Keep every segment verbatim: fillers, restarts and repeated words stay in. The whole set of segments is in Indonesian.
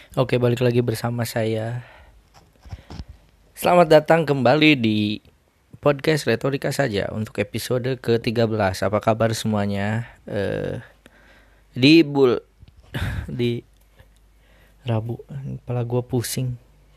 Oke, balik lagi bersama saya. Selamat datang kembali di podcast Retorika Saja untuk episode ke tiga belas. Apa kabar semuanya? Eh, di bul di Rabu, kepala gue pusing,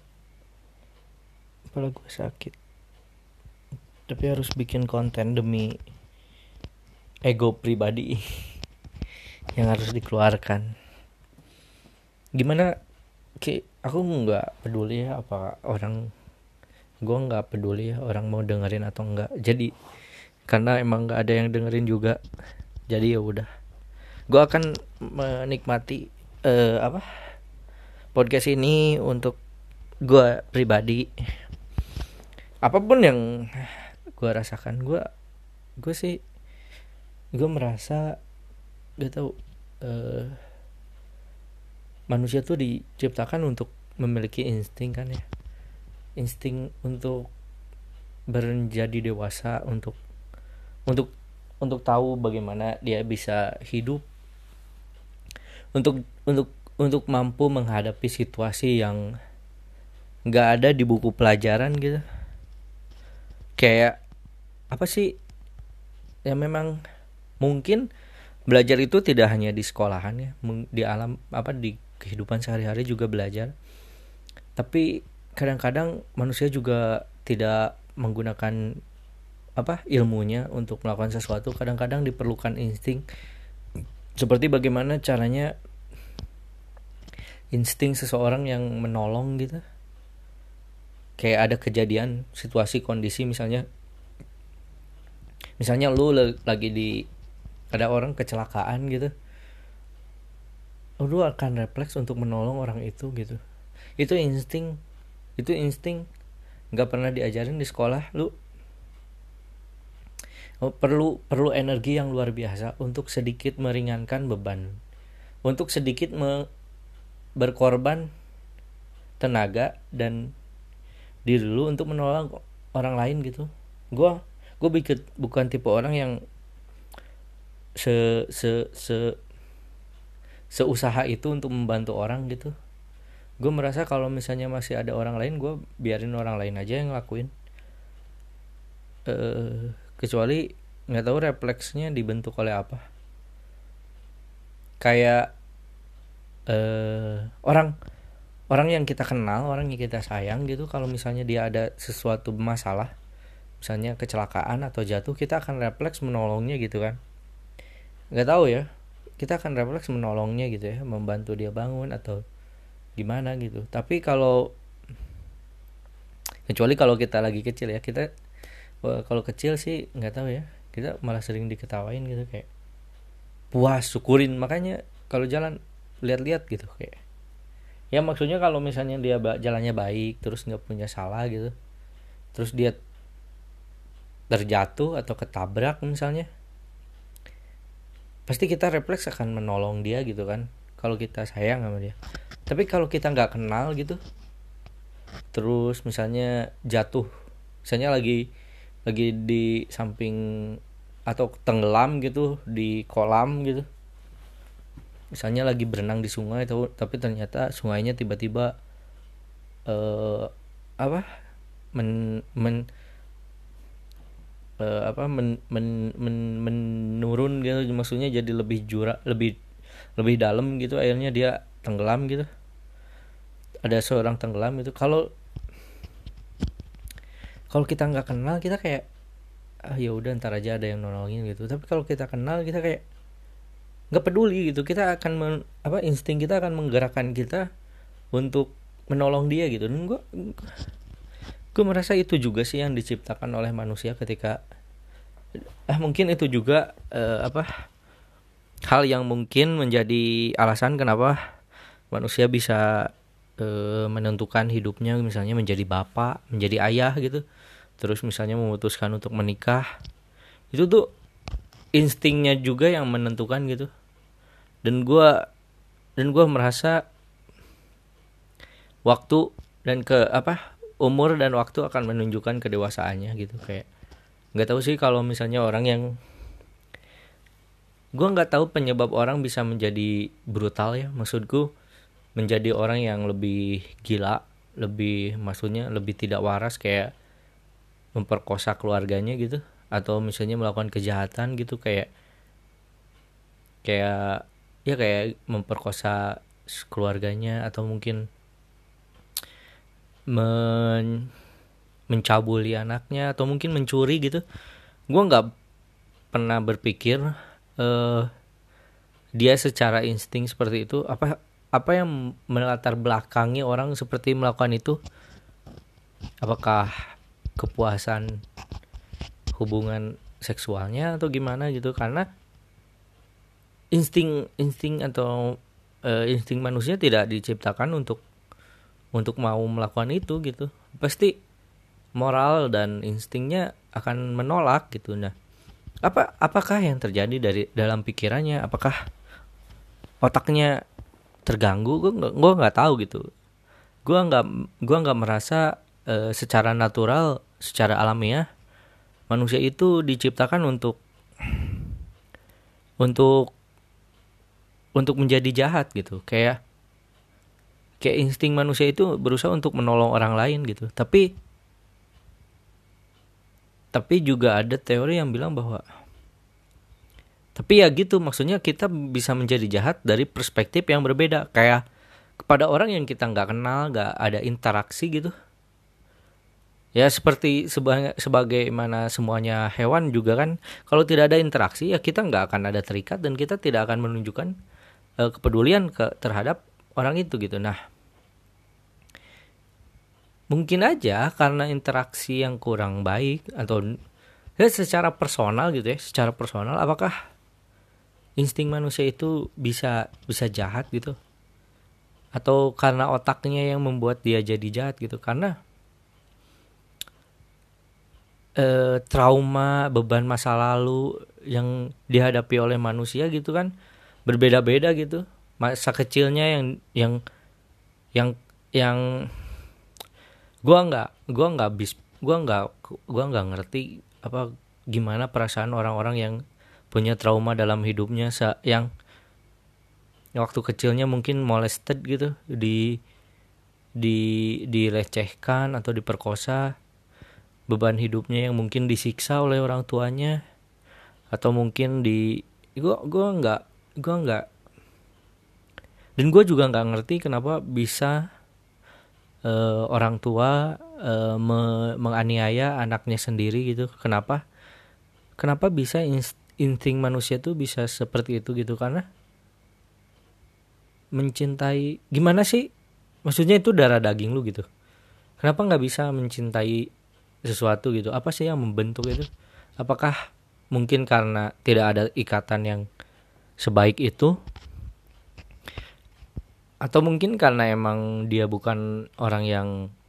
kepala gue sakit. Tapi harus bikin konten demi ego pribadi yang harus dikeluarkan. Gimana? Ki, aku nggak peduli ya apa orang gue nggak peduli ya orang mau dengerin atau enggak, jadi karena emang nggak ada yang dengerin juga, jadi ya udah gue akan menikmati uh, apa podcast ini untuk gue pribadi. Apapun yang gue rasakan, gue gue sih gue merasa gak tahu, uh, manusia tuh diciptakan untuk memiliki insting kan ya, insting untuk menjadi dewasa, untuk untuk untuk tahu bagaimana dia bisa hidup, untuk untuk untuk mampu menghadapi situasi yang nggak ada di buku pelajaran gitu. Kayak apa sih, ya memang mungkin belajar itu tidak hanya di sekolahan ya, di alam apa di kehidupan sehari-hari juga belajar. Tapi kadang-kadang manusia juga tidak menggunakan apa ilmunya untuk melakukan sesuatu. Kadang-kadang diperlukan insting. Seperti bagaimana caranya insting seseorang yang menolong gitu. Kayak ada kejadian, situasi, kondisi, misalnya misalnya lu lagi di ada orang kecelakaan gitu, lu akan refleks untuk menolong orang itu gitu. Itu insting, itu insting nggak pernah diajarin di sekolah. Lu oh, perlu perlu energi yang luar biasa untuk sedikit meringankan beban, untuk sedikit me, berkorban tenaga dan diri lu untuk menolong orang lain gitu. Gue gue bikin bukan tipe orang yang se se se seusaha itu untuk membantu orang gitu. Gue merasa kalau misalnya masih ada orang lain, gue biarin orang lain aja yang ngelakuin. Uh, kecuali nggak tahu refleksnya dibentuk oleh apa. Kayak uh, orang orang yang kita kenal, orang yang kita sayang gitu, kalau misalnya dia ada sesuatu masalah, misalnya kecelakaan atau jatuh, kita akan refleks menolongnya gitu kan. Nggak tahu ya, kita akan refleks menolongnya gitu ya, membantu dia bangun atau gimana gitu. Tapi kalau kecuali kalau kita lagi kecil ya, kita kalau kecil sih nggak tahu ya, kita malah sering diketawain gitu, kayak puas, syukurin. Makanya kalau jalan lihat-lihat gitu, kayak ya maksudnya kalau misalnya dia jalannya baik, terus nggak punya salah gitu, terus dia terjatuh atau ketabrak misalnya, pasti kita refleks akan menolong dia gitu kan, kalau kita sayang sama dia. Tapi kalau kita nggak kenal gitu, terus misalnya jatuh, misalnya lagi lagi di samping atau tenggelam gitu di kolam gitu, misalnya lagi berenang di sungai, tapi ternyata sungainya tiba-tiba uh, apa men, men uh, apa men, men, men, menurun gitu, maksudnya jadi lebih jurang, lebih lebih dalam gitu airnya, dia tenggelam gitu, ada seorang tenggelam itu. Kalau kalau kita nggak kenal, kita kayak ah ya udah ntar aja ada yang nolongin gitu. Tapi kalau kita kenal, kita kayak nggak peduli gitu, kita akan men, apa insting kita akan menggerakkan kita untuk menolong dia gitu. Dan gue gue merasa itu juga sih yang diciptakan oleh manusia ketika ah mungkin itu juga eh, apa hal yang mungkin menjadi alasan kenapa manusia bisa eh, menentukan hidupnya, misalnya menjadi bapak, menjadi ayah gitu, terus misalnya memutuskan untuk menikah. Itu tuh instingnya juga yang menentukan gitu. Dan gue dan gue merasa waktu dan ke apa umur dan waktu akan menunjukkan kedewasaannya gitu. Kayak nggak tahu sih kalau misalnya orang yang, gue nggak tahu penyebab orang bisa menjadi brutal ya, maksudku menjadi orang yang lebih gila, lebih maksudnya lebih tidak waras, kayak memperkosa keluarganya gitu, atau misalnya melakukan kejahatan gitu, kayak kayak ya kayak memperkosa keluarganya, atau mungkin men mencabuli anaknya, atau mungkin mencuri gitu. Gue nggak pernah berpikir uh, dia secara insting seperti itu, apa apa yang melatar belakangi orang seperti melakukan itu. Apakah kepuasan hubungan seksualnya atau gimana gitu? Karena insting insting atau uh, insting manusia tidak diciptakan untuk untuk mau melakukan itu gitu. Pasti moral dan instingnya akan menolak gitu. Nah, apa apakah yang terjadi dari dalam pikirannya? Apakah otaknya terganggu? Gue nggak gue nggak tahu gitu. Gue nggak gue nggak merasa e, secara natural, secara alamiah manusia itu diciptakan untuk untuk untuk menjadi jahat gitu. Kayak kayak insting manusia itu berusaha untuk menolong orang lain gitu. Tapi Tapi juga ada teori yang bilang bahwa tapi ya gitu, maksudnya kita bisa menjadi jahat dari perspektif yang berbeda. Kayak kepada orang yang kita gak kenal, gak ada interaksi gitu. Ya seperti sebagai, sebagaimana semuanya hewan juga kan, kalau tidak ada interaksi ya kita gak akan ada terikat, dan kita tidak akan menunjukkan uh, kepedulian ke, terhadap orang itu gitu. Nah, mungkin aja karena interaksi yang kurang baik, atau ya secara personal gitu ya, secara personal apakah insting manusia itu bisa bisa jahat gitu, atau karena otaknya yang membuat dia jadi jahat gitu, karena eh, trauma, beban masa lalu yang dihadapi oleh manusia gitu kan berbeda-beda gitu. Masa kecilnya yang yang yang yang gua nggak gua nggak bis gua nggak gua nggak ngerti apa gimana perasaan orang-orang yang punya trauma dalam hidupnya, yang waktu kecilnya mungkin molested gitu, di di dilecehkan atau diperkosa, beban hidupnya yang mungkin disiksa oleh orang tuanya, atau mungkin di gua gua nggak gua nggak dan gua juga nggak ngerti kenapa bisa Uh, orang tua uh, me- menganiaya anaknya sendiri gitu. Kenapa? Kenapa bisa inst- insting manusia tuh bisa seperti itu gitu? Karena mencintai, gimana sih? Maksudnya itu darah daging lu gitu. Kenapa nggak bisa mencintai sesuatu gitu? Apa sih yang membentuk itu? Apakah mungkin karena tidak ada ikatan yang sebaik itu? Atau mungkin karena emang dia bukan orang yang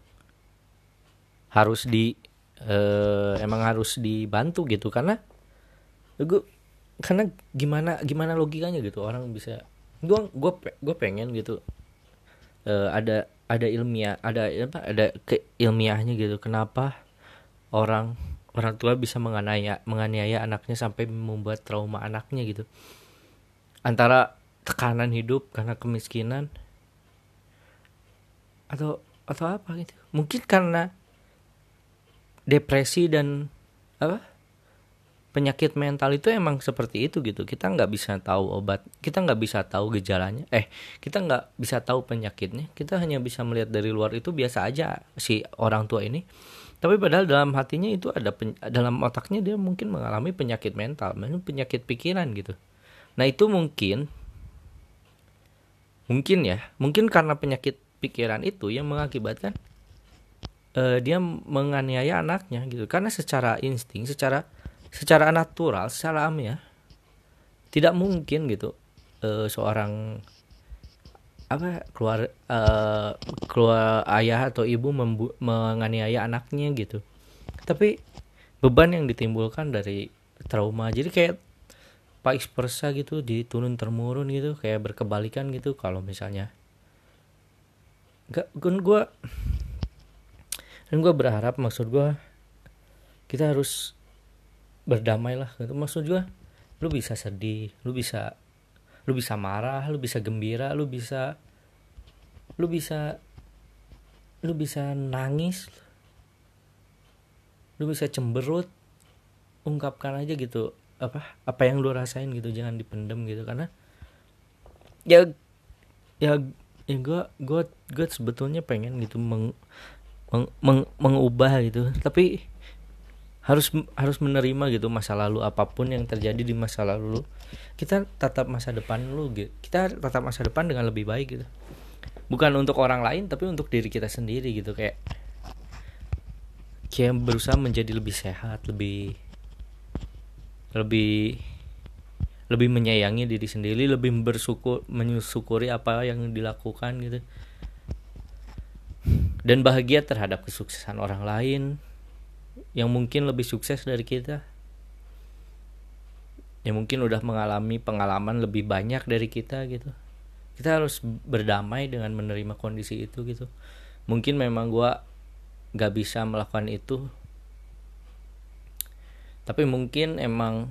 harus di eh, emang harus dibantu gitu, karena gue karena gimana gimana logikanya gitu orang bisa, gue gue gue pengen gitu eh, ada ada ilmiah ada apa ada keilmiahnya gitu, kenapa orang orang tua bisa menganiaya menganiaya anaknya sampai membuat trauma anaknya gitu, antara tekanan hidup karena kemiskinan atau atau apa gitu. Mungkin karena depresi dan apa penyakit mental itu emang seperti itu gitu. Kita nggak bisa tahu obat, kita nggak bisa tahu gejalanya, eh kita nggak bisa tahu penyakitnya. Kita hanya bisa melihat dari luar itu biasa aja si orang tua ini, tapi padahal dalam hatinya itu ada pen, dalam otaknya dia mungkin mengalami penyakit mental, mungkin penyakit pikiran gitu. Nah itu mungkin mungkin ya mungkin karena penyakit pikiran itu yang mengakibatkan uh, dia menganiaya anaknya gitu, karena secara insting, secara secara natural, secara alamiah tidak mungkin gitu uh, seorang apa keluar uh, keluar ayah atau ibu membu- menganiaya anaknya gitu. Tapi beban yang ditimbulkan dari trauma, jadi kayak vice versa gitu, diturun temurun gitu, kayak berkebalikan gitu. Kalau misalnya Gak, kan gue dan gue berharap, maksud gue kita harus berdamai lah gitu. Maksud gue lu bisa sedih, lu bisa lu bisa marah, lu bisa gembira, lu bisa lu bisa lu bisa nangis, lu bisa cemberut, ungkapkan aja gitu apa apa yang lu rasain gitu, jangan dipendem gitu. Karena ya ya ya gue gue gue sebetulnya pengen gitu meng, meng, meng, mengubah gitu, tapi harus harus menerima gitu masa lalu, apapun yang terjadi di masa lalu, kita tatap masa depan lu gitu, kita tatap masa depan dengan lebih baik gitu, bukan untuk orang lain tapi untuk diri kita sendiri gitu. Kayak kayak berusaha menjadi lebih sehat, lebih lebih lebih menyayangi diri sendiri, lebih bersyukur, mensyukuri apa yang dilakukan gitu, dan bahagia terhadap kesuksesan orang lain yang mungkin lebih sukses dari kita, yang mungkin udah mengalami pengalaman lebih banyak dari kita gitu. Kita harus berdamai dengan menerima kondisi itu gitu. Mungkin memang gue gak bisa melakukan itu, tapi mungkin emang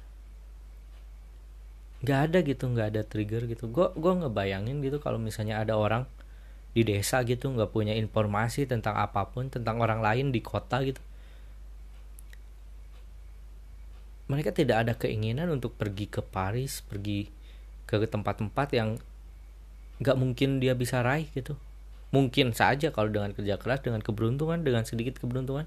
gak ada gitu, gak ada trigger gitu. Gue gue ngebayangin gitu kalau misalnya ada orang di desa gitu gak punya informasi tentang apapun, tentang orang lain di kota gitu, mereka tidak ada keinginan untuk pergi ke Paris, pergi ke tempat-tempat yang gak mungkin dia bisa raih gitu. Mungkin saja kalau dengan kerja keras, dengan keberuntungan, dengan sedikit keberuntungan,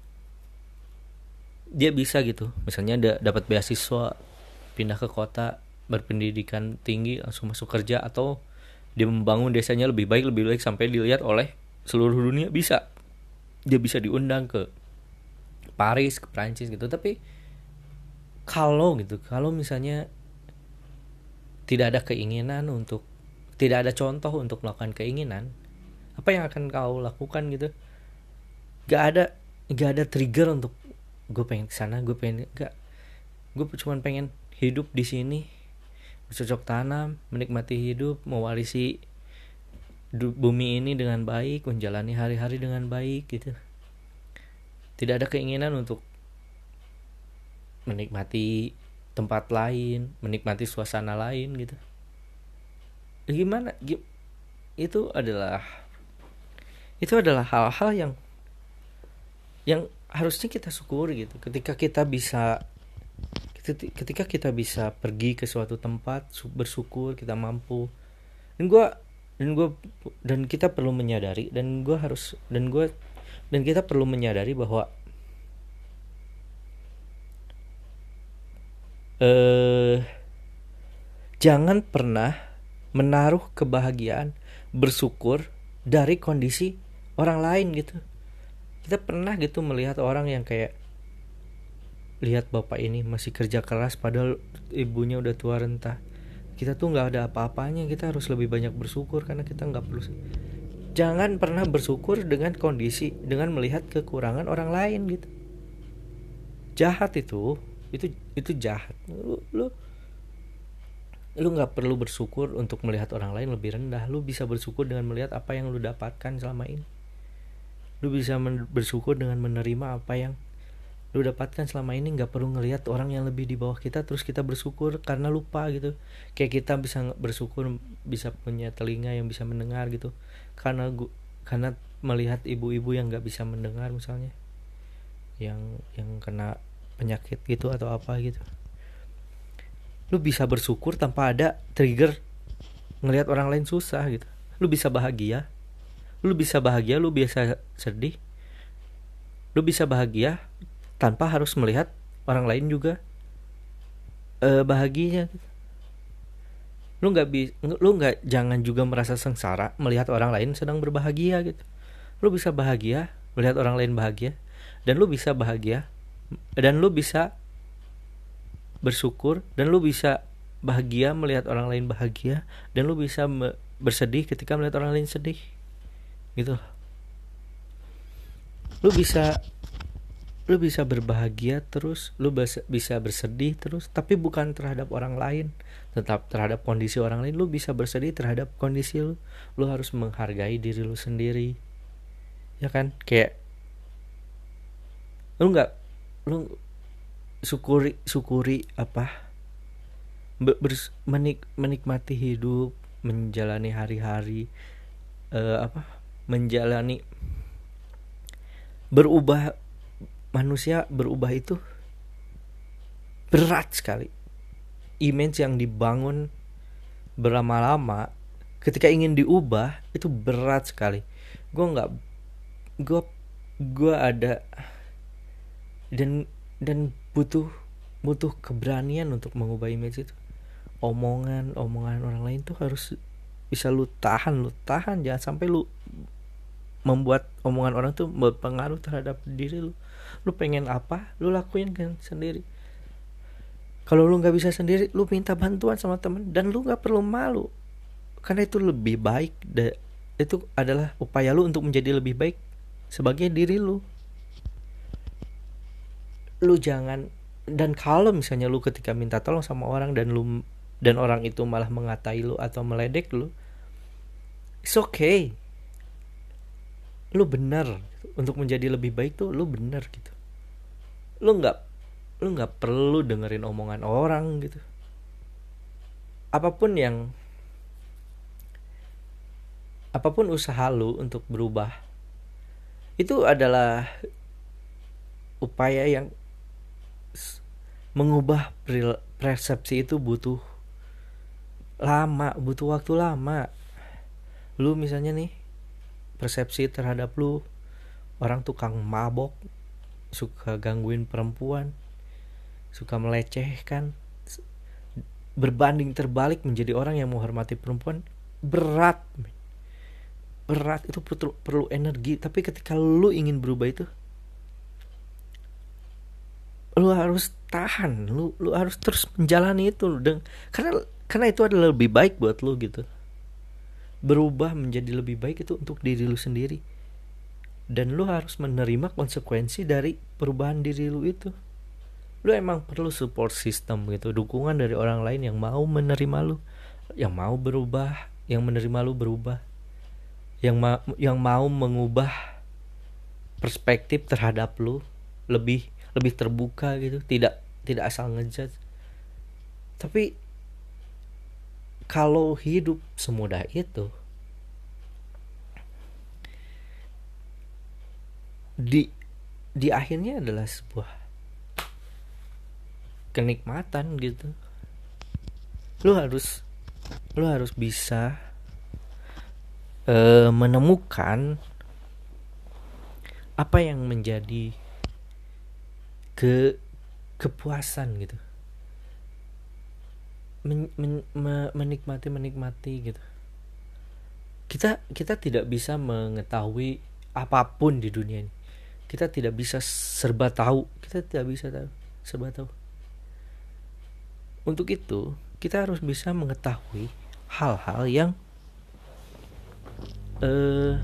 dia bisa gitu. Misalnya ada dapat beasiswa, pindah ke kota, berpendidikan tinggi, langsung masuk kerja, atau dia membangun desanya lebih baik, lebih baik sampai dilihat oleh seluruh dunia, bisa. Dia bisa diundang ke Paris, ke Prancis gitu. Tapi kalau gitu, kalau misalnya tidak ada keinginan untuk, tidak ada contoh untuk melakukan keinginan, apa yang akan kau lakukan gitu? Gak ada, gak ada trigger untuk gue pengen kesana, gue pengen gak, gue cuma pengen hidup di sini, bercocok tanam, menikmati hidup, mewarisi bumi ini dengan baik, menjalani hari-hari dengan baik gitu. Tidak ada keinginan untuk menikmati tempat lain, menikmati suasana lain gitu. Gimana? Itu adalah itu adalah hal-hal yang yang harusnya kita syukuri gitu. Ketika kita bisa ketika kita bisa pergi ke suatu tempat, bersyukur kita mampu. Dan gue dan gue dan kita perlu menyadari, dan gue harus dan gue dan kita perlu menyadari bahwa eh jangan pernah menaruh kebahagiaan, bersyukur dari kondisi orang lain gitu. Kita pernah gitu melihat orang yang kayak, lihat bapak ini masih kerja keras padahal ibunya udah tua renta. Kita tuh gak ada apa-apanya, kita harus lebih banyak bersyukur karena kita gak perlu. Jangan pernah bersyukur dengan kondisi, dengan melihat kekurangan orang lain gitu. Jahat itu, itu itu jahat. Lu lu lu nggak perlu bersyukur untuk melihat orang lain lebih rendah. Lu bisa bersyukur dengan melihat apa yang lu dapatkan selama ini. Lu bisa men- bersyukur dengan menerima apa yang lu dapatkan selama ini. Nggak perlu ngelihat orang yang lebih di bawah kita terus kita bersyukur karena lupa gitu. Kayak kita bisa bersyukur bisa punya telinga yang bisa mendengar gitu, karena gua, karena melihat ibu-ibu yang nggak bisa mendengar misalnya, yang yang kena penyakit gitu atau apa gitu. Lu bisa bersyukur tanpa ada trigger ngelihat orang lain susah gitu. Lu bisa bahagia, lu bisa bahagia, lu bisa sedih, lu bisa bahagia tanpa harus melihat orang lain juga uh, bahagianya. Lu nggak bi, lu nggak jangan juga merasa sengsara melihat orang lain sedang berbahagia gitu. Lu bisa bahagia melihat orang lain bahagia, dan lu bisa bahagia dan lu bisa bersyukur, dan lu bisa bahagia melihat orang lain bahagia, dan lu bisa me- bersedih ketika melihat orang lain sedih gitu. Lu bisa lu bisa berbahagia terus, lu bisa bersedih terus, tapi bukan terhadap orang lain, tetap terhadap kondisi orang lain. Lu bisa bersedih terhadap kondisi lu. Lu harus menghargai diri lu sendiri, ya kan? Kayak lu nggak lu syukuri syukuri apa Ber, menik, menikmati hidup, menjalani hari-hari, uh, apa menjalani berubah, manusia berubah itu berat sekali. Image yang dibangun berlama-lama ketika ingin diubah itu berat sekali. Gue nggak, gue gue ada dan dan butuh butuh keberanian untuk mengubah image itu. Omongan omongan orang lain tuh harus bisa lu tahan, lu tahan jangan sampai lu membuat omongan orang tuh berpengaruh terhadap diri lu. Lu pengen apa, lu lakuin kan sendiri. Kalau lu nggak bisa sendiri, lu minta bantuan sama teman dan lu nggak perlu malu, karena itu lebih baik. Da- itu adalah upaya lu untuk menjadi lebih baik sebagai diri lu. Lu jangan, dan kalau misalnya lu ketika minta tolong sama orang dan lu dan orang itu malah mengatai lu atau meledek lu, it's okay. Lu benar untuk menjadi lebih baik tuh, lu benar gitu. Lu nggak lu nggak perlu dengerin omongan orang gitu. Apapun yang apapun usaha lu untuk berubah, itu adalah upaya yang mengubah persepsi itu butuh lama, butuh waktu lama. Lu misalnya nih, persepsi terhadap lu orang tukang mabok, suka gangguin perempuan, suka melecehkan, berbanding terbalik menjadi orang yang menghormati perempuan, berat. Berat itu perlu, perlu energi. Tapi ketika lu ingin berubah itu, lu harus tahan, lu lu harus terus menjalani itu. Dan karena karena itu adalah lebih baik buat lu gitu. Berubah menjadi lebih baik itu untuk diri lu sendiri. Dan lu harus menerima konsekuensi dari perubahan diri lu itu. Lu emang perlu support system gitu, dukungan dari orang lain yang mau menerima lu, yang mau berubah, yang menerima lu berubah, yang ma- yang mau mengubah perspektif terhadap lu lebih lebih terbuka gitu, tidak tidak asal ngejudge. Tapi kalau hidup semudah itu, di di akhirnya adalah sebuah kenikmatan gitu. Lu harus lu harus bisa uh, menemukan apa yang menjadi ke kepuasan gitu. Men, men, me, menikmati menikmati gitu. Kita kita tidak bisa mengetahui apapun di dunia ini. Kita tidak bisa serba tahu. Kita tidak bisa tahu, serba tahu. Untuk itu, kita harus bisa mengetahui hal-hal yang uh,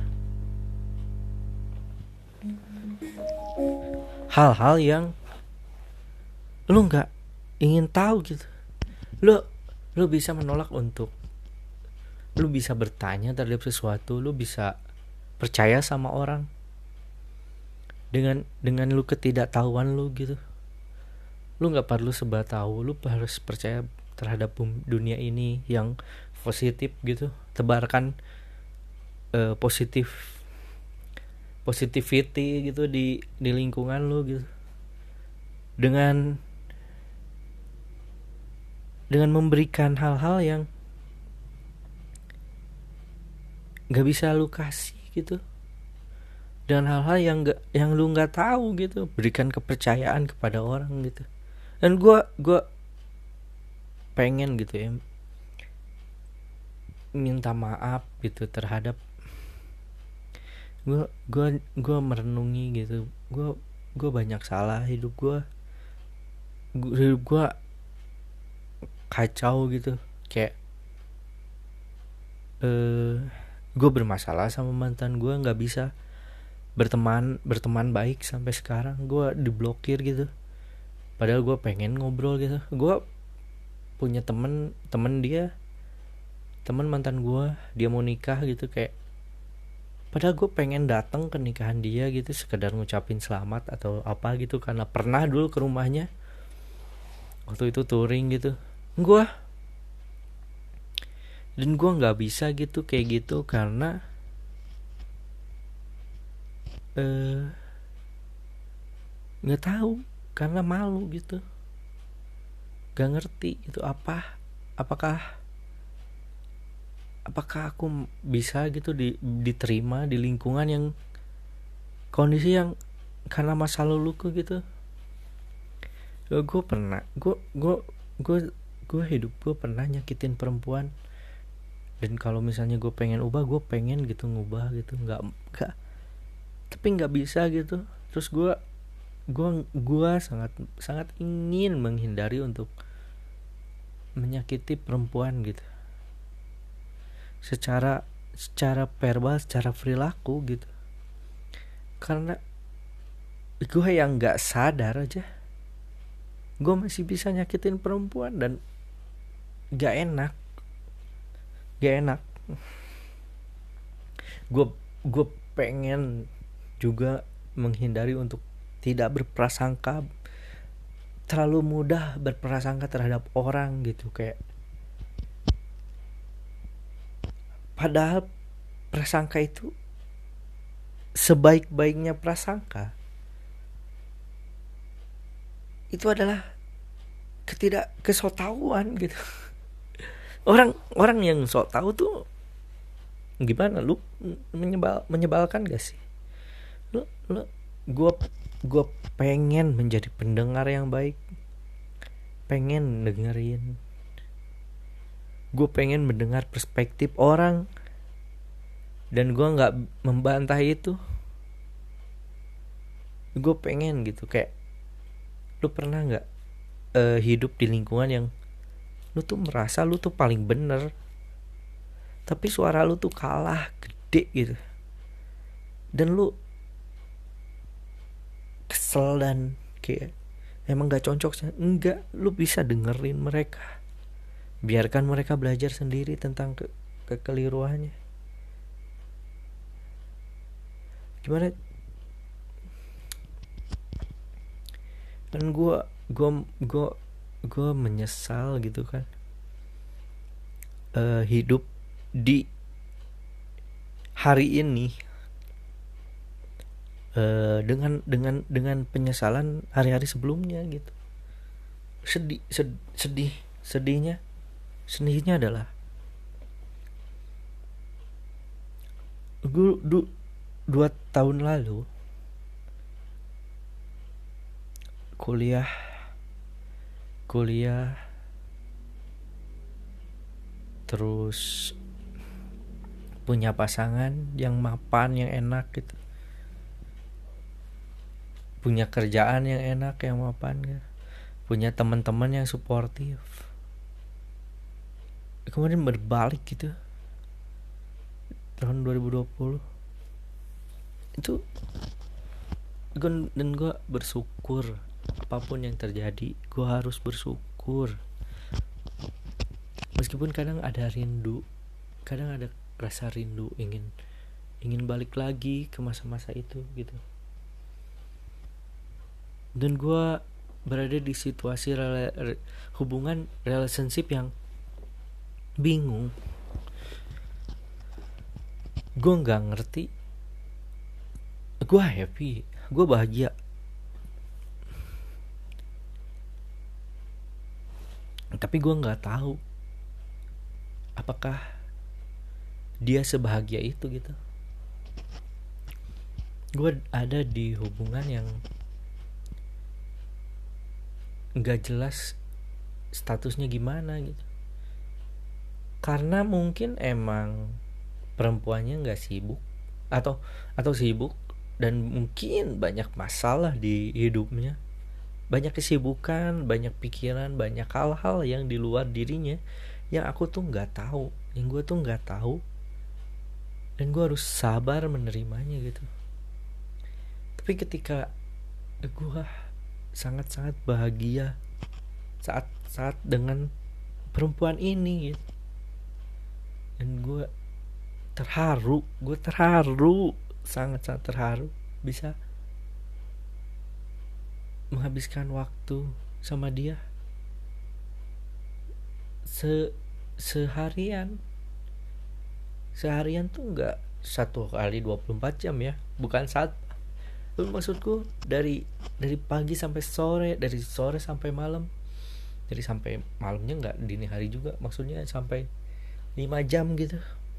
hal-hal yang lu nggak ingin tahu gitu. Lu lu bisa menolak untuk, lu bisa bertanya terhadap sesuatu, lu bisa percaya sama orang dengan dengan lu ketidaktahuan lu gitu. Lu nggak perlu sebab tahu, lu harus percaya terhadap dunia ini yang positif gitu. Tebarkan uh, positif positivity gitu di di lingkungan lu gitu. Dengan dengan memberikan hal-hal yang nggak bisa lu kasih gitu, dan hal-hal yang nggak yang lu nggak tahu gitu. Berikan kepercayaan kepada orang gitu. Dan gue gue pengen gitu ya, minta maaf gitu terhadap gue gue gue merenungi gitu. Gue gue banyak salah, hidup gue hidup gue kacau gitu. Kayak eh gue bermasalah sama mantan gue, nggak bisa berteman berteman baik sampai sekarang. Gue diblokir gitu. Padahal gue pengen ngobrol gitu. Gue punya temen temen dia temen mantan gue, dia mau nikah gitu. Kayak padahal gue pengen datang ke nikahan dia gitu, sekedar ngucapin selamat atau apa gitu, karena pernah dulu ke rumahnya waktu itu touring gitu. Gue dan gue nggak bisa gitu kayak gitu, karena eh nggak tahu karena malu gitu, gak ngerti itu apa, apakah apakah aku bisa gitu di, diterima di lingkungan yang kondisi yang karena masa laluku gitu. Gue pernah gue gue gue gue hidup gue pernah nyakitin perempuan, dan kalau misalnya gue pengen ubah, gue pengen gitu ngubah gitu, nggak nggak tapi nggak bisa gitu. Terus gue gue gue sangat sangat ingin menghindari untuk menyakiti perempuan gitu, secara secara verbal, secara perilaku gitu, karena gue yang nggak sadar aja gue masih bisa nyakitin perempuan, dan gak enak gak enak gue gue pengen juga menghindari untuk tidak berprasangka, terlalu mudah berprasangka terhadap orang gitu, kayak padahal prasangka itu sebaik-baiknya prasangka itu adalah ketidak kesotahuan gitu. orang orang yang sok tahu tuh gimana, lu menyebal menyebalkan gak sih? Lu lu gue gue pengen menjadi pendengar yang baik, pengen dengerin, gue pengen mendengar perspektif orang, dan gue nggak membantah itu. Gue pengen gitu, kayak lu pernah nggak uh, hidup di lingkungan yang lu tuh merasa lu tuh paling bener, tapi suara lu tuh kalah gede gitu, dan lu kesel dan kayak emang gak cocok sih. Enggak, lu bisa dengerin mereka, biarkan mereka belajar sendiri tentang ke kekeliruannya. Gimana? Dan gue gue gue gue menyesal gitu kan, uh, hidup di hari ini uh, dengan dengan dengan penyesalan hari-hari sebelumnya gitu. Sedih sedih sedih sedihnya sedihnya adalah gue du, dua tahun lalu kuliah kuliah terus punya pasangan yang mapan, yang enak gitu, punya kerjaan yang enak, yang mapan gitu, punya teman-teman yang suportif. Kemudian berbalik gitu tahun dua ribu dua puluh itu, dan gue bersyukur apapun yang terjadi, gue harus bersyukur. Meskipun kadang ada rindu, kadang ada rasa rindu ingin ingin balik lagi ke masa-masa itu gitu. Dan gue berada di situasi rela, hubungan relationship yang bingung. Gue nggak ngerti. Gue happy, gue bahagia, tapi gue nggak tahu apakah dia sebahagia itu gitu. Gue ada di hubungan yang nggak jelas statusnya gimana gitu, karena mungkin emang perempuannya nggak sibuk atau atau sibuk dan mungkin banyak masalah di hidupnya, banyak kesibukan, banyak pikiran, banyak hal-hal yang di luar dirinya yang aku tuh nggak tahu, yang gue tuh nggak tahu, dan gue harus sabar menerimanya gitu. Tapi ketika gue sangat-sangat bahagia saat saat dengan perempuan ini gitu, dan gue terharu, gue terharu, sangat-sangat terharu bisa menghabiskan waktu sama dia se seharian seharian tuh nggak satu kali dua puluh empat jam ya, bukan saat Maksudku dari dari pagi sampai sore, dari sore sampai malam, dari sampai malamnya nggak dini hari juga, maksudnya sampai lima jam gitu.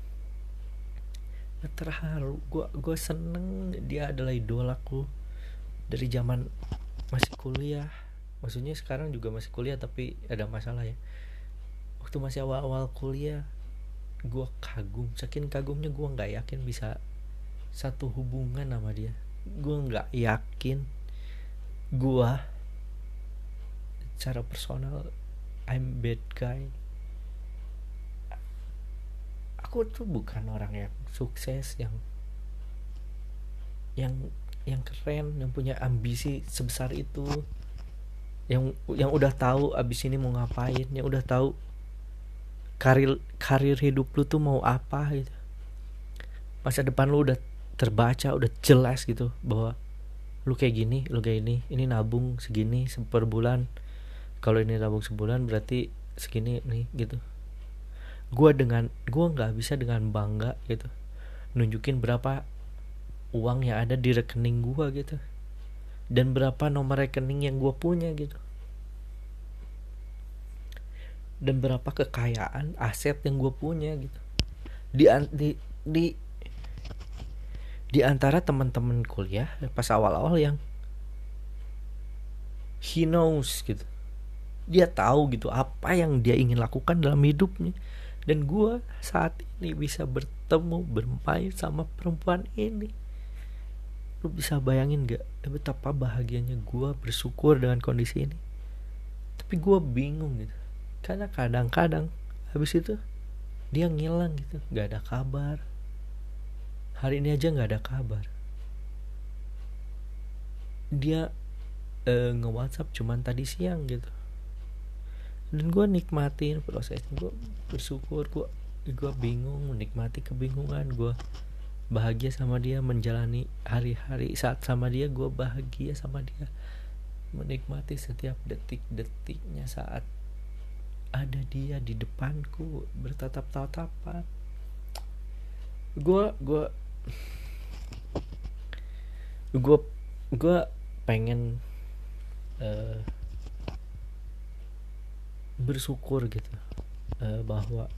Terharu, gue gue seneng, dia adalah idolaku dari zaman masih kuliah. Maksudnya sekarang juga masih kuliah tapi ada masalah ya. Waktu masih awal-awal kuliah gue kagum, saking kagumnya gue nggak yakin bisa satu hubungan sama dia. Gue nggak yakin gue secara personal I'm bad guy. Aku tuh bukan orang yang sukses, yang yang yang keren, yang punya ambisi sebesar itu, yang yang udah tahu abis ini mau ngapain, yang udah tahu karir karir hidup lu tuh mau apa gitu. Masa depan lu udah terbaca, udah jelas gitu bahwa lu kayak gini, lu kayak ini, ini nabung segini per bulan. Kalau ini nabung sebulan berarti segini nih gitu. Gua dengan gua nggak bisa dengan bangga gitu nunjukin berapa uang yang ada di rekening gua gitu dan berapa nomor rekening yang gua punya gitu dan berapa kekayaan aset yang gua punya gitu di di di di antara teman-teman kuliah pas awal-awal yang he knows gitu, dia tahu gitu apa yang dia ingin lakukan dalam hidupnya. Dan gue saat ini bisa bertemu, bermain sama perempuan ini. Lu bisa bayangin gak betapa bahagianya gue bersyukur dengan kondisi ini. Tapi gue bingung gitu, karena kadang-kadang habis itu dia ngilang gitu, gak ada kabar. Hari ini aja gak ada kabar. Dia eh, nge-WhatsApp cuman tadi siang gitu. Dan gue nikmatin prosesnya, gue bersyukur, gue gue bingung, menikmati kebingungan, gue bahagia sama dia, menjalani hari-hari saat sama dia, gue bahagia sama dia, menikmati setiap detik-detiknya saat ada dia di depanku bertatap-tatapan. Gue gue gue gue pengen uh, bersyukur gitu uh, bahwa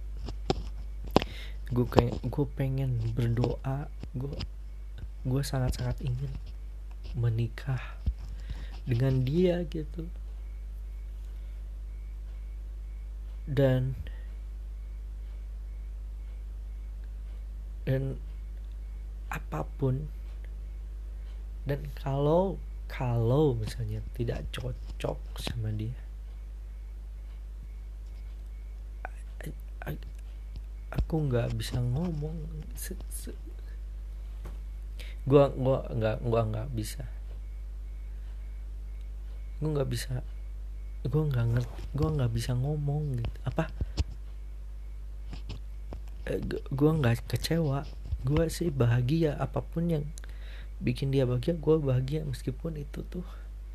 gue kayak gue pengen berdoa, gue gue sangat-sangat ingin menikah dengan dia gitu. Dan dan apapun, dan kalau kalau misalnya tidak cocok sama dia, aku nggak bisa ngomong. Gue gue nggak gue nggak bisa. Gue nggak bisa. Gue nggak ngerti. Gue nggak bisa ngomong gitu. Apa? Eh, gue nggak kecewa. Gue sih bahagia, apapun yang bikin dia bahagia, gue bahagia, meskipun itu tuh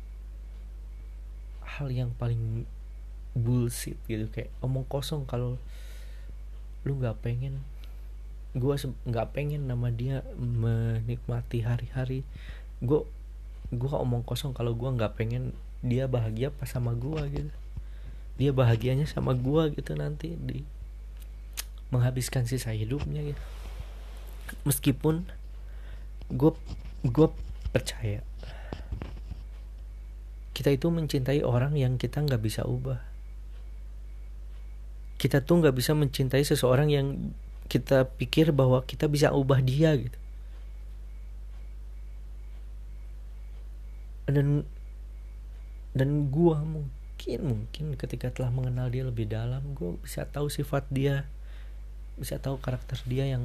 hal yang paling bullshit gitu, kayak omong kosong. Kalau lu nggak pengen, gue nggak pengen nama dia menikmati hari-hari, gue gue omong kosong kalau gue nggak pengen dia bahagia pas sama gue gitu. Dia bahagianya sama gue gitu nanti di menghabiskan sisa hidupnya gitu. Meskipun gue gue percaya kita itu mencintai orang yang kita nggak bisa ubah. Kita tuh nggak bisa mencintai seseorang yang kita pikir bahwa kita bisa ubah dia gitu. Dan dan gue mungkin mungkin ketika telah mengenal dia lebih dalam, gue bisa tahu sifat dia, bisa tahu karakter dia yang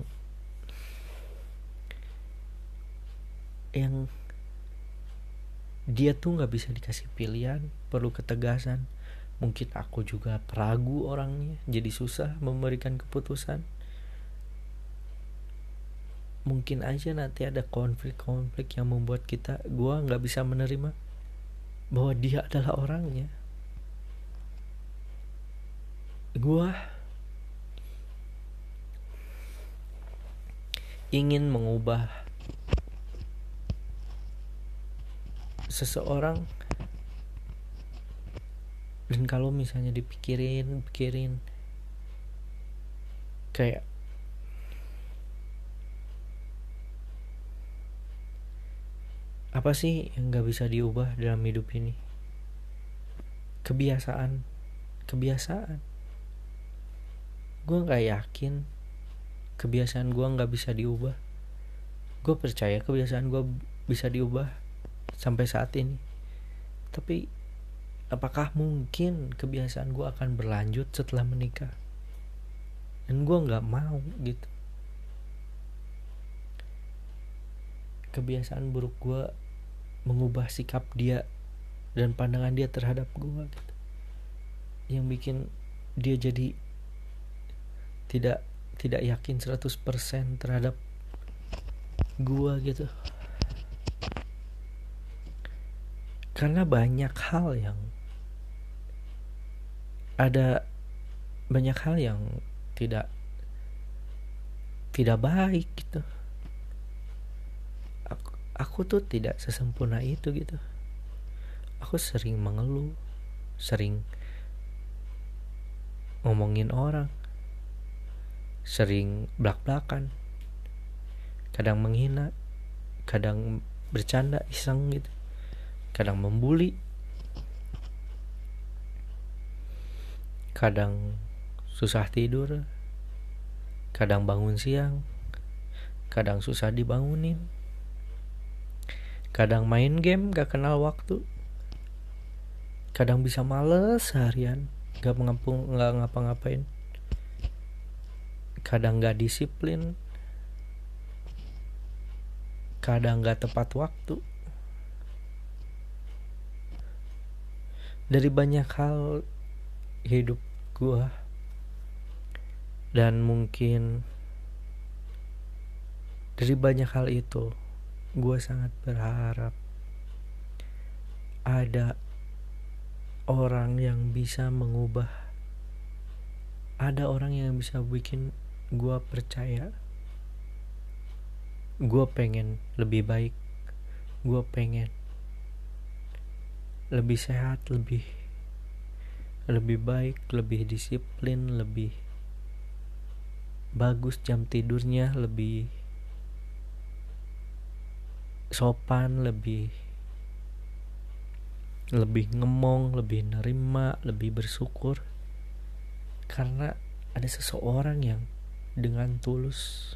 yang dia tuh nggak bisa dikasih pilihan, perlu ketegasan. Mungkin aku juga peragu orangnya, jadi susah memberikan keputusan. Mungkin aja nanti ada konflik-konflik yang membuat kita, gue nggak bisa menerima bahwa dia adalah orangnya. Gue ingin mengubah seseorang, dan kalau misalnya dipikirin pikirin kayak apa sih yang gak bisa diubah dalam hidup ini? Kebiasaan kebiasaan gue gak yakin kebiasaan gue gak bisa diubah. Gue percaya kebiasaan gue bisa diubah sampai saat ini, tapi apakah mungkin kebiasaan gue akan berlanjut setelah menikah? Dan gue gak mau gitu. Kebiasaan buruk gue mengubah sikap dia dan pandangan dia terhadap gue gitu, yang bikin dia jadi tidak tidak yakin seratus persen terhadap gue gitu. Karena banyak hal yang ada banyak hal yang tidak tidak baik gitu. Aku, aku tuh tidak sesempurna itu gitu. Aku sering mengeluh, sering ngomongin orang, sering blak-blakan, kadang menghina, kadang bercanda iseng gitu, kadang membuli, kadang susah tidur, kadang bangun siang, kadang susah dibangunin, kadang main game gak kenal waktu, kadang bisa males seharian gak mengampung, gak ngapa-ngapain, kadang gak disiplin, kadang gak tepat waktu. Dari banyak hal hidup gue, dan mungkin dari banyak hal itu gue sangat berharap ada orang yang bisa mengubah, ada orang yang bisa bikin gue percaya gue pengen lebih baik, gue pengen lebih sehat, lebih lebih baik, lebih disiplin, lebih bagus jam tidurnya, lebih sopan, lebih lebih ngemong, lebih nerima, lebih bersyukur. Karena ada seseorang yang dengan tulus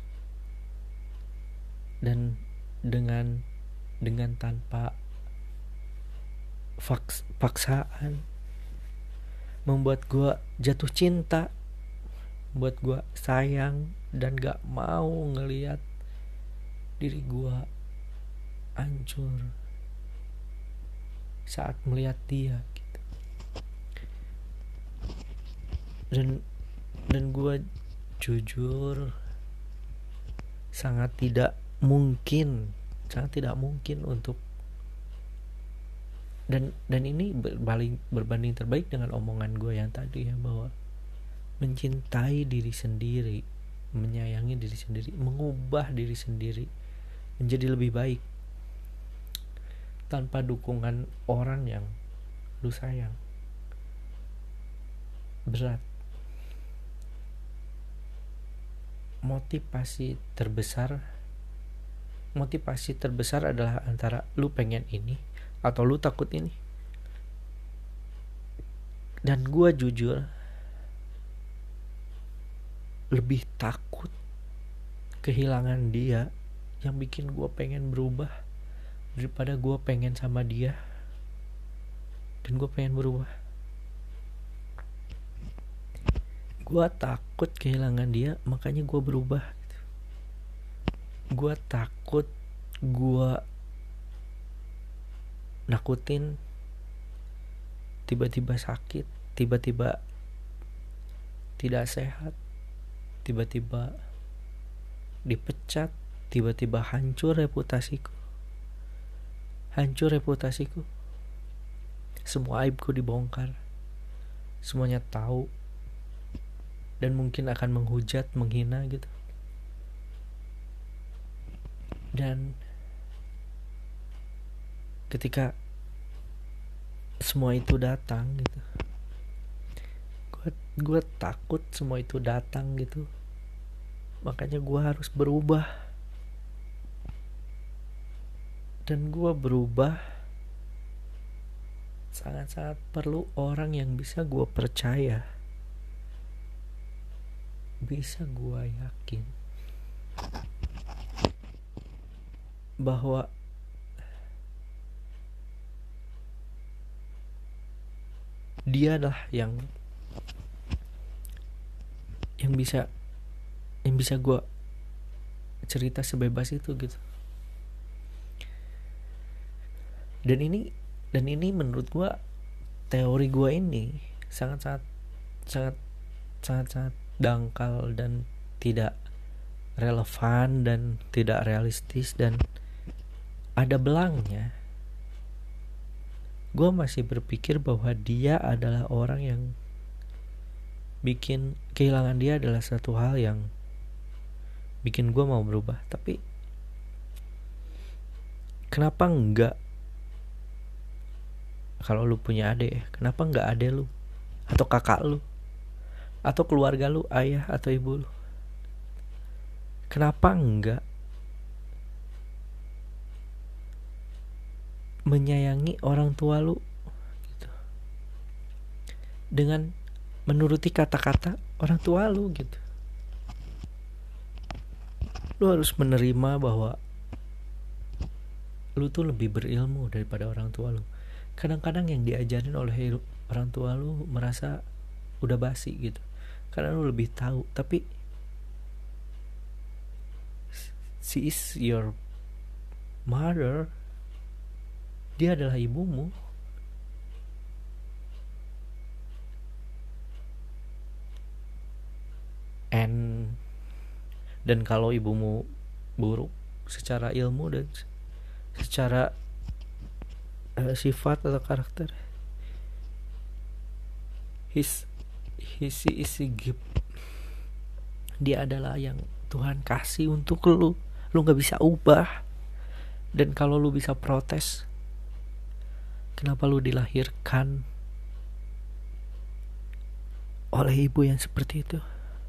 dan dengan dengan tanpa faks, paksaan membuat gue jatuh cinta, membuat gue sayang dan gak mau ngelihat diri gue hancur saat melihat dia gitu. Dan dan gue jujur sangat tidak mungkin, sangat tidak mungkin untuk dan dan ini berbanding berbanding terbaik dengan omongan gue yang tadi ya, bahwa mencintai diri sendiri, menyayangi diri sendiri, mengubah diri sendiri menjadi lebih baik tanpa dukungan orang yang lu sayang berat. Motivasi terbesar motivasi terbesar adalah antara lu pengen ini atau lu takut ini. Dan gue jujur lebih takut kehilangan dia yang bikin gue pengen berubah daripada gue pengen sama dia dan gue pengen berubah. Gue takut kehilangan dia, makanya gue berubah. Gue takut, gue nakutin tiba-tiba sakit, tiba-tiba tidak sehat, tiba-tiba dipecat, tiba-tiba hancur reputasiku. Hancur reputasiku. Semua aibku dibongkar. Semuanya tahu. Dan mungkin akan menghujat, menghina gitu. Dan ketika semua itu datang gitu. Gue gue takut semua itu datang gitu. Makanya gue harus berubah. Dan gue berubah sangat-sangat perlu orang yang bisa gue percaya, bisa gue yakin bahwa dia adalah yang yang bisa yang bisa gue cerita sebebas itu gitu. Dan ini dan ini menurut gue, teori gue ini sangat sangat sangat sangat sangat dangkal dan tidak relevan dan tidak realistis dan ada belangnya. Gue masih berpikir bahwa dia adalah orang yang bikin kehilangan dia adalah satu hal yang bikin gue mau berubah. Tapi kenapa enggak? Kalau lu punya adik, kenapa enggak adik lu atau kakak lu atau keluarga lu, ayah atau ibu lu? Kenapa enggak menyayangi orang tua lu gitu, dengan menuruti kata-kata orang tua lu gitu? Lu harus menerima bahwa lu tuh lebih berilmu daripada orang tua lu. Kadang-kadang yang diajarin oleh orang tua lu merasa udah basi gitu, karena lu lebih tahu. Tapi she is your mother, dia adalah ibumu. And dan kalau ibumu buruk secara ilmu dan secara uh, sifat atau karakter, his his is a gift. Dia adalah yang Tuhan kasih untuk lu. Lu gak bisa ubah. Dan kalau lu bisa protes, kenapa lu dilahirkan oleh ibu yang seperti itu?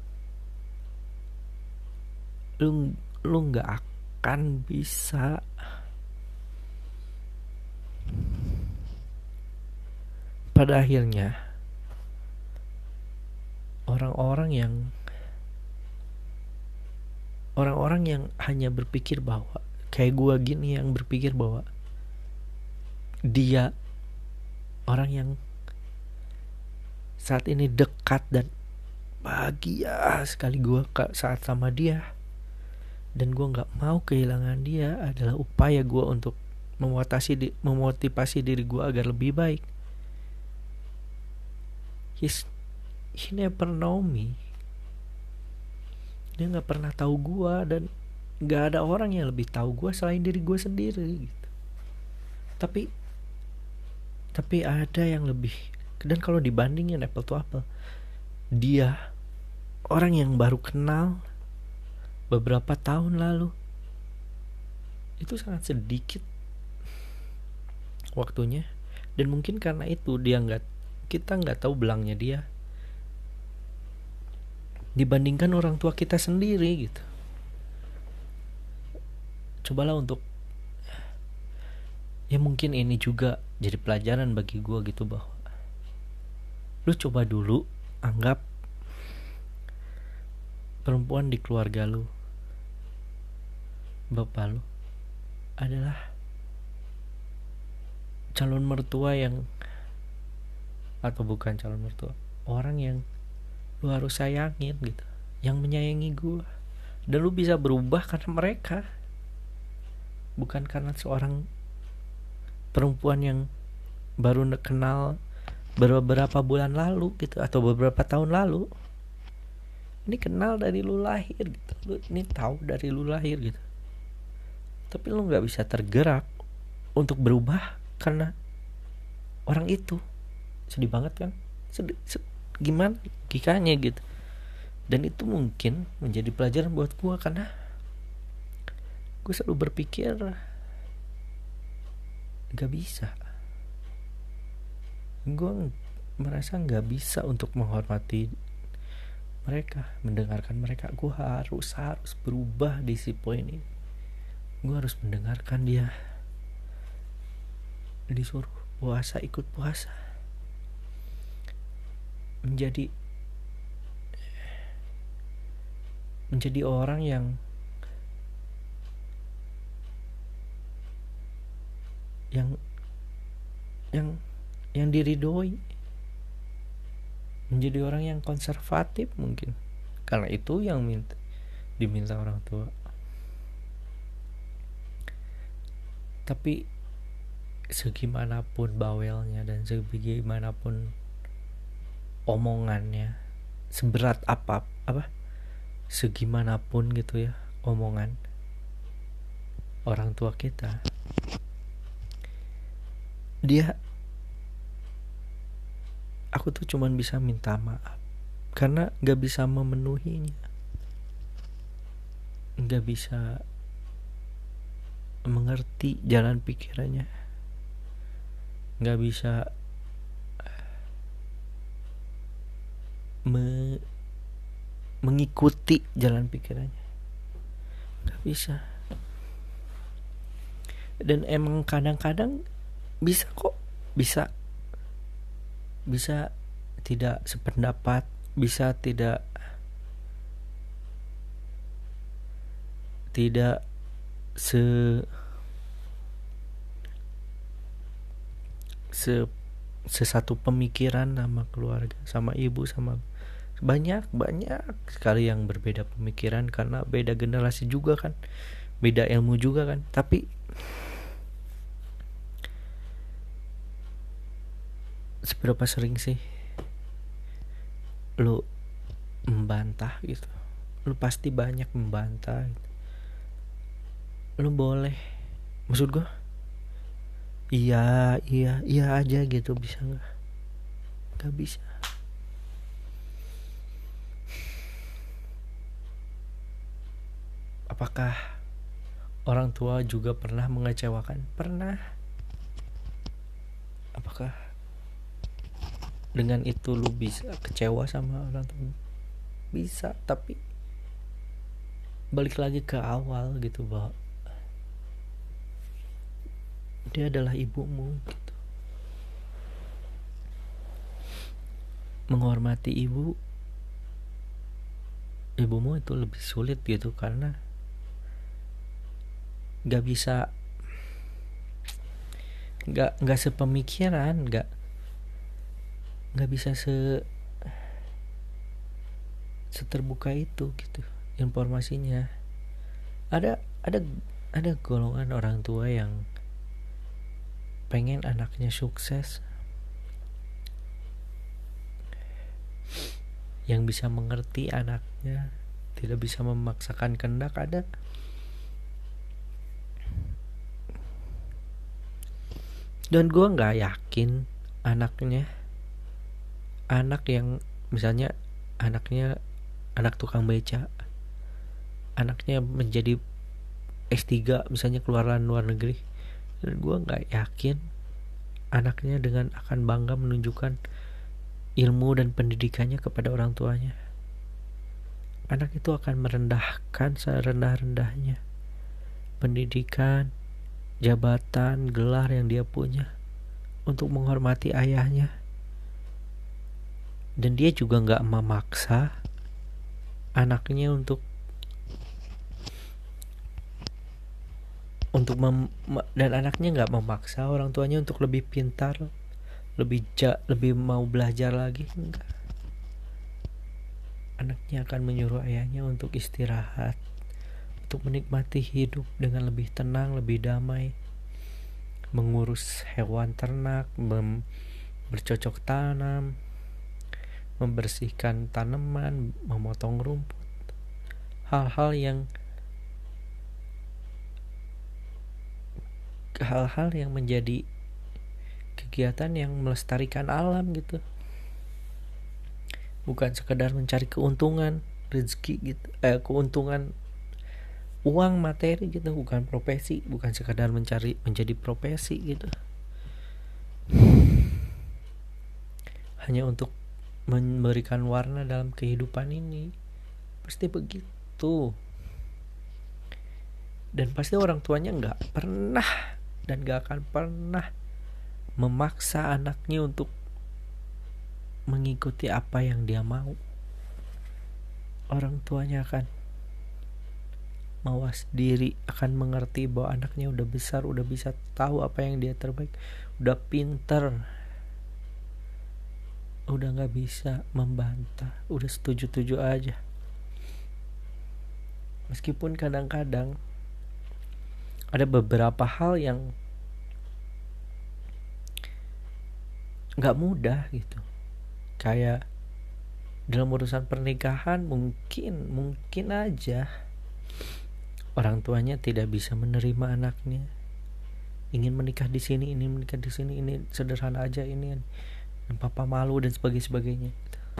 Lu lu gak akan bisa pada akhirnya. Orang-orang yang Orang-orang yang hanya berpikir bahwa kayak gue gini, yang berpikir bahwa dia orang yang saat ini dekat dan bahagia sekali gue saat sama dia, dan gue gak mau kehilangan dia, adalah upaya gue untuk memotivasi, memotivasi diri gue agar lebih baik. He's, he never know me. Dia gak pernah tahu gue, dan gak ada orang yang lebih tahu gue selain diri gue sendiri gitu. Tapi Tapi ada yang lebih. Dan kalau dibandingin apple to apple, dia orang yang baru kenal beberapa tahun lalu, itu sangat sedikit waktunya. Dan mungkin karena itu dia gak, kita gak tahu belangnya dia dibandingkan orang tua kita sendiri gitu. Cobalah untuk, ya mungkin ini juga jadi pelajaran bagi gue gitu, bahwa lu coba dulu anggap perempuan di keluarga lu, bapak lu, adalah calon mertua yang, atau bukan calon mertua, orang yang lu harus sayangin gitu, yang menyayangi gue. Dan lu bisa berubah karena mereka, bukan karena seorang perempuan yang baru kenal beberapa bulan lalu gitu, atau beberapa tahun lalu. Ini kenal dari lu lahir gitu, lu ini tahu dari lu lahir gitu, tapi lu nggak bisa tergerak untuk berubah karena orang itu. Sedih banget kan? Sedih, sedih. Gimana logikanya gitu. Dan itu mungkin menjadi pelajaran buat gue, karena gue selalu berpikir gak bisa gue merasa nggak bisa untuk menghormati mereka, mendengarkan mereka. Gue harus harus berubah di si poin ini. Gue harus mendengarkan dia disuruh puasa, ikut puasa, menjadi menjadi orang yang yang yang yang diridhoi, menjadi orang yang konservatif mungkin, karena itu yang minta, diminta orang tua. Tapi segimanapun bawelnya dan segimanapun omongannya, seberat apa apa segimanapun gitu ya omongan orang tua kita, dia aku tuh cuman bisa minta maaf karena gak bisa memenuhinya, gak bisa mengerti jalan pikirannya, gak bisa me, mengikuti jalan pikirannya, gak bisa. Dan emang kadang-kadang bisa kok, bisa bisa tidak sependapat, bisa tidak tidak se se sesatu pemikiran sama keluarga, sama ibu, sama banyak banyak sekali yang berbeda pemikiran karena beda generasi juga kan, beda ilmu juga kan. Tapi seberapa sering sih lu membantah gitu? Lu pasti banyak membantah gitu. Lu boleh, maksud gue iya iya iya aja gitu, bisa nggak? Nggak bisa. Apakah orang tua juga pernah mengecewakan? Pernah. Apakah dengan itu lu bisa kecewa sama orang tua? Bisa, tapi balik lagi ke awal gitu, bahwa dia adalah ibumu gitu. Menghormati ibu ibumu itu lebih sulit gitu, karena gak bisa, gak gak sepemikiran, gak gak bisa se seterbuka itu gitu informasinya. Ada ada ada golongan orang tua yang pengen anaknya sukses, yang bisa mengerti anaknya, tidak bisa memaksakan kehendak. Ada. Dan gue nggak yakin anaknya, anak yang misalnya anaknya anak tukang beca, anaknya menjadi S tiga misalnya, keluaran luar negeri, dan gue nggak yakin anaknya dengan akan bangga menunjukkan ilmu dan pendidikannya kepada orang tuanya. Anak itu akan merendahkan serendah-rendahnya pendidikan, jabatan, gelar yang dia punya untuk menghormati ayahnya. Dan dia juga gak memaksa anaknya untuk untuk mem, dan anaknya gak memaksa orang tuanya untuk lebih pintar, lebih ja, lebih mau belajar lagi. Enggak. Anaknya akan menyuruh ayahnya untuk istirahat, untuk menikmati hidup dengan lebih tenang, lebih damai, mengurus hewan ternak, mem- bercocok tanam, membersihkan tanaman, memotong rumput. Hal-hal yang hal-hal yang menjadi kegiatan yang melestarikan alam gitu. Bukan sekedar mencari keuntungan, rezeki gitu, eh keuntungan uang materi gitu, bukan profesi, bukan sekadar mencari menjadi profesi gitu. hanya untuk memberikan warna dalam kehidupan ini. Pasti begitu. Dan pasti orang tuanya gak pernah dan gak akan pernah memaksa anaknya untuk mengikuti apa yang dia mau. Orang tuanya akan mawas diri, akan mengerti bahwa anaknya udah besar, udah bisa tahu apa yang dia terbaik, udah pinter, udah gak bisa membantah, udah setuju-setuju aja. Meskipun kadang-kadang ada beberapa hal yang gak mudah gitu. Kayak dalam urusan pernikahan mungkin mungkin aja orang tuanya tidak bisa menerima anaknya. Ingin menikah di sini, ini menikah di sini, ini sederhana aja, ini dan papa malu dan sebagainya.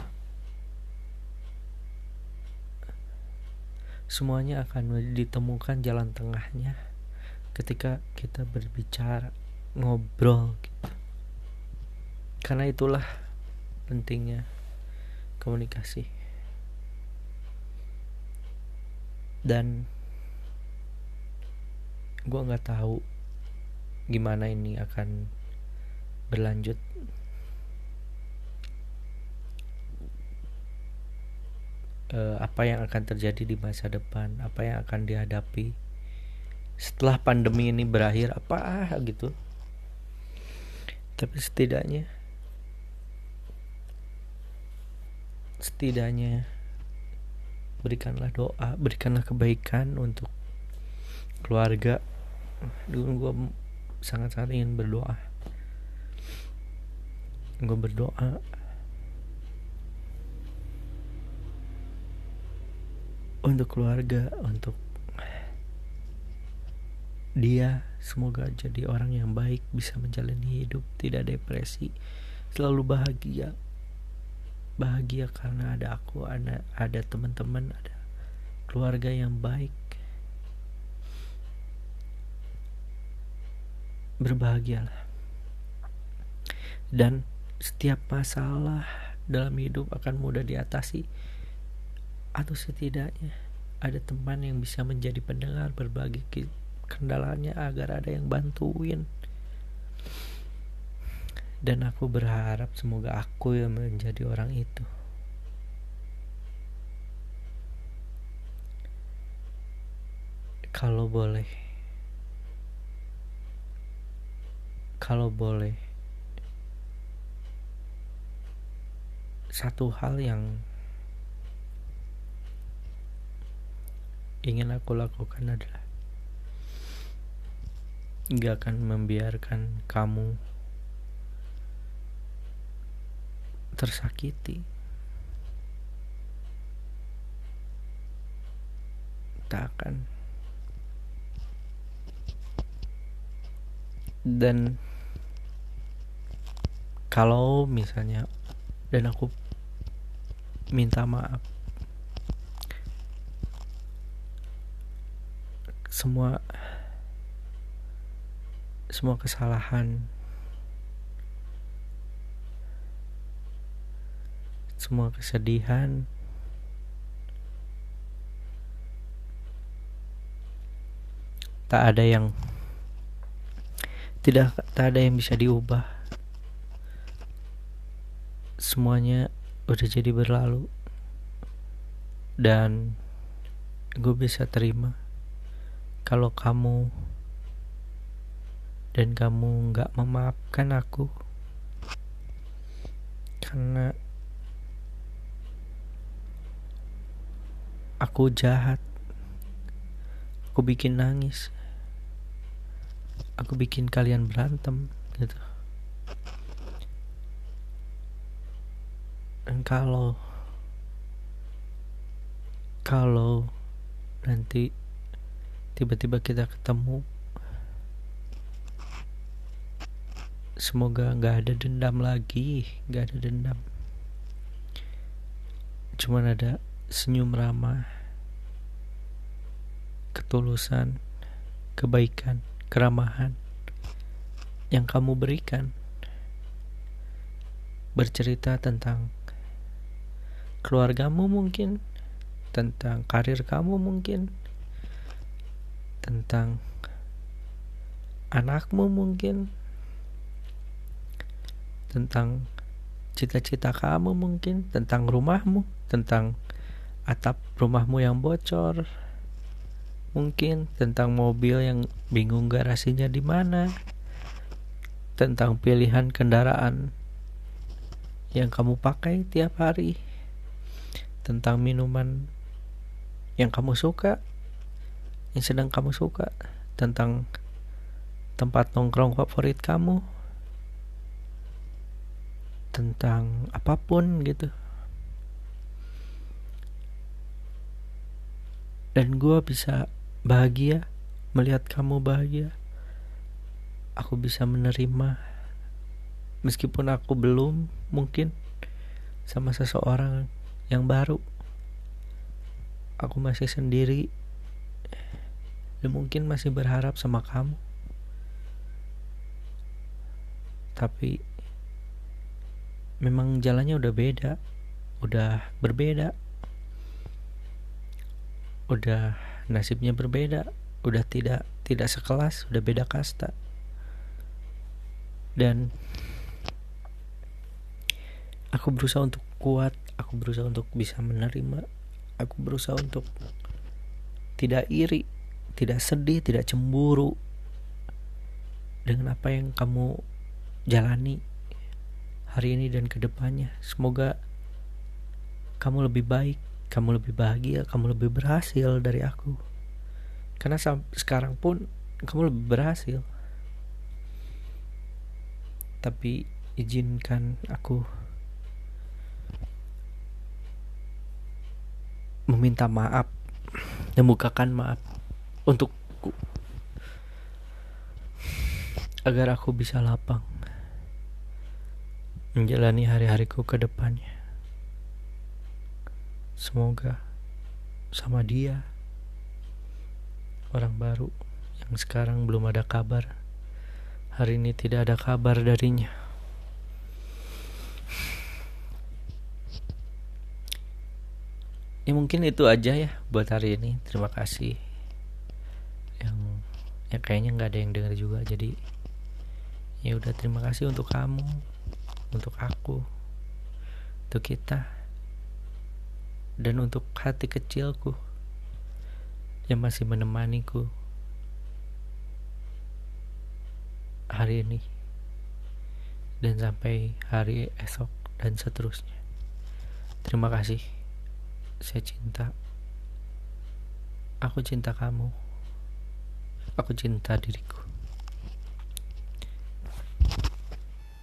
Semuanya akan ditemukan jalan tengahnya ketika kita berbicara, ngobrol gitu. Karena itulah pentingnya komunikasi. Dan gue nggak tahu gimana ini akan berlanjut. Uh, apa yang akan terjadi di masa depan, apa yang akan dihadapi setelah pandemi ini berakhir, apa gitu. Tapi setidaknya setidaknya berikanlah doa, berikanlah kebaikan untuk keluarga. Dulu gue sangat-sangat ingin berdoa. Gue berdoa untuk keluarga, untuk dia, semoga jadi orang yang baik, bisa menjalani hidup, tidak depresi, selalu bahagia. Bahagia karena ada aku, ada, ada teman-teman, ada keluarga yang baik. Berbahagialah. Dan setiap masalah dalam hidup akan mudah diatasi, atau setidaknya ada teman yang bisa menjadi pendengar, berbagi kendalanya agar ada yang bantuin. Dan aku berharap semoga aku yang menjadi orang itu. Kalau boleh, kalau boleh, satu hal yang ingin aku lakukan adalah gak akan membiarkan kamu tersakiti. Tak akan. Dan kalau misalnya, dan aku minta maaf, semua semua kesalahan, semua kesedihan, tak ada yang tidak tak ada yang bisa diubah. Semuanya udah jadi berlalu, dan gue bisa terima kalau kamu dan kamu gak memaafkan aku, karena aku jahat, aku bikin nangis, aku bikin kalian berantem gitu. Dan kalau kalau nanti tiba-tiba kita ketemu, semoga gak ada dendam lagi, gak ada dendam. Cuman ada senyum ramah, ketulusan, kebaikan, keramahan yang kamu berikan. bercerita tentang keluargamu mungkin, tentang karir kamu mungkin, tentang anakmu mungkin, tentang cita-cita kamu mungkin, tentang rumahmu, tentang atap rumahmu yang bocor, mungkin tentang mobil yang bingung garasinya di mana, tentang pilihan kendaraan yang kamu pakai tiap hari, tentang minuman yang kamu suka, yang sedang kamu suka, tentang tempat nongkrong favorit kamu, tentang apapun gitu. Dan gue bisa bahagia melihat kamu bahagia. Aku bisa menerima meskipun aku belum mungkin sama seseorang yang baru. Aku masih sendiri dan mungkin masih berharap sama kamu. Tapi memang jalannya udah beda, udah berbeda, udah nasibnya berbeda, udah tidak tidak sekelas, udah beda kasta. Dan aku berusaha untuk kuat, aku berusaha untuk bisa menerima, aku berusaha untuk tidak iri, tidak sedih, tidak cemburu dengan apa yang kamu jalani hari ini dan kedepannya. Semoga kamu lebih baik, kamu lebih bahagia, kamu lebih berhasil dari aku. Karena sampai sekarang pun kamu lebih berhasil. Tapi izinkan aku meminta maaf, membukakan maaf untukku, agar aku bisa lapang menjalani hari-hariku ke depannya. Semoga sama dia, orang baru yang sekarang belum ada kabar, hari ini tidak ada kabar darinya. Ya mungkin itu aja ya buat hari ini. Terima kasih. Yang ya kayaknya nggak ada yang dengar juga, jadi ya udah, terima kasih untuk kamu, untuk aku, untuk kita, dan untuk hati kecilku yang masih menemaniku hari ini dan sampai hari esok dan seterusnya. Terima kasih. Saya cinta. Aku cinta kamu. Aku cinta diriku.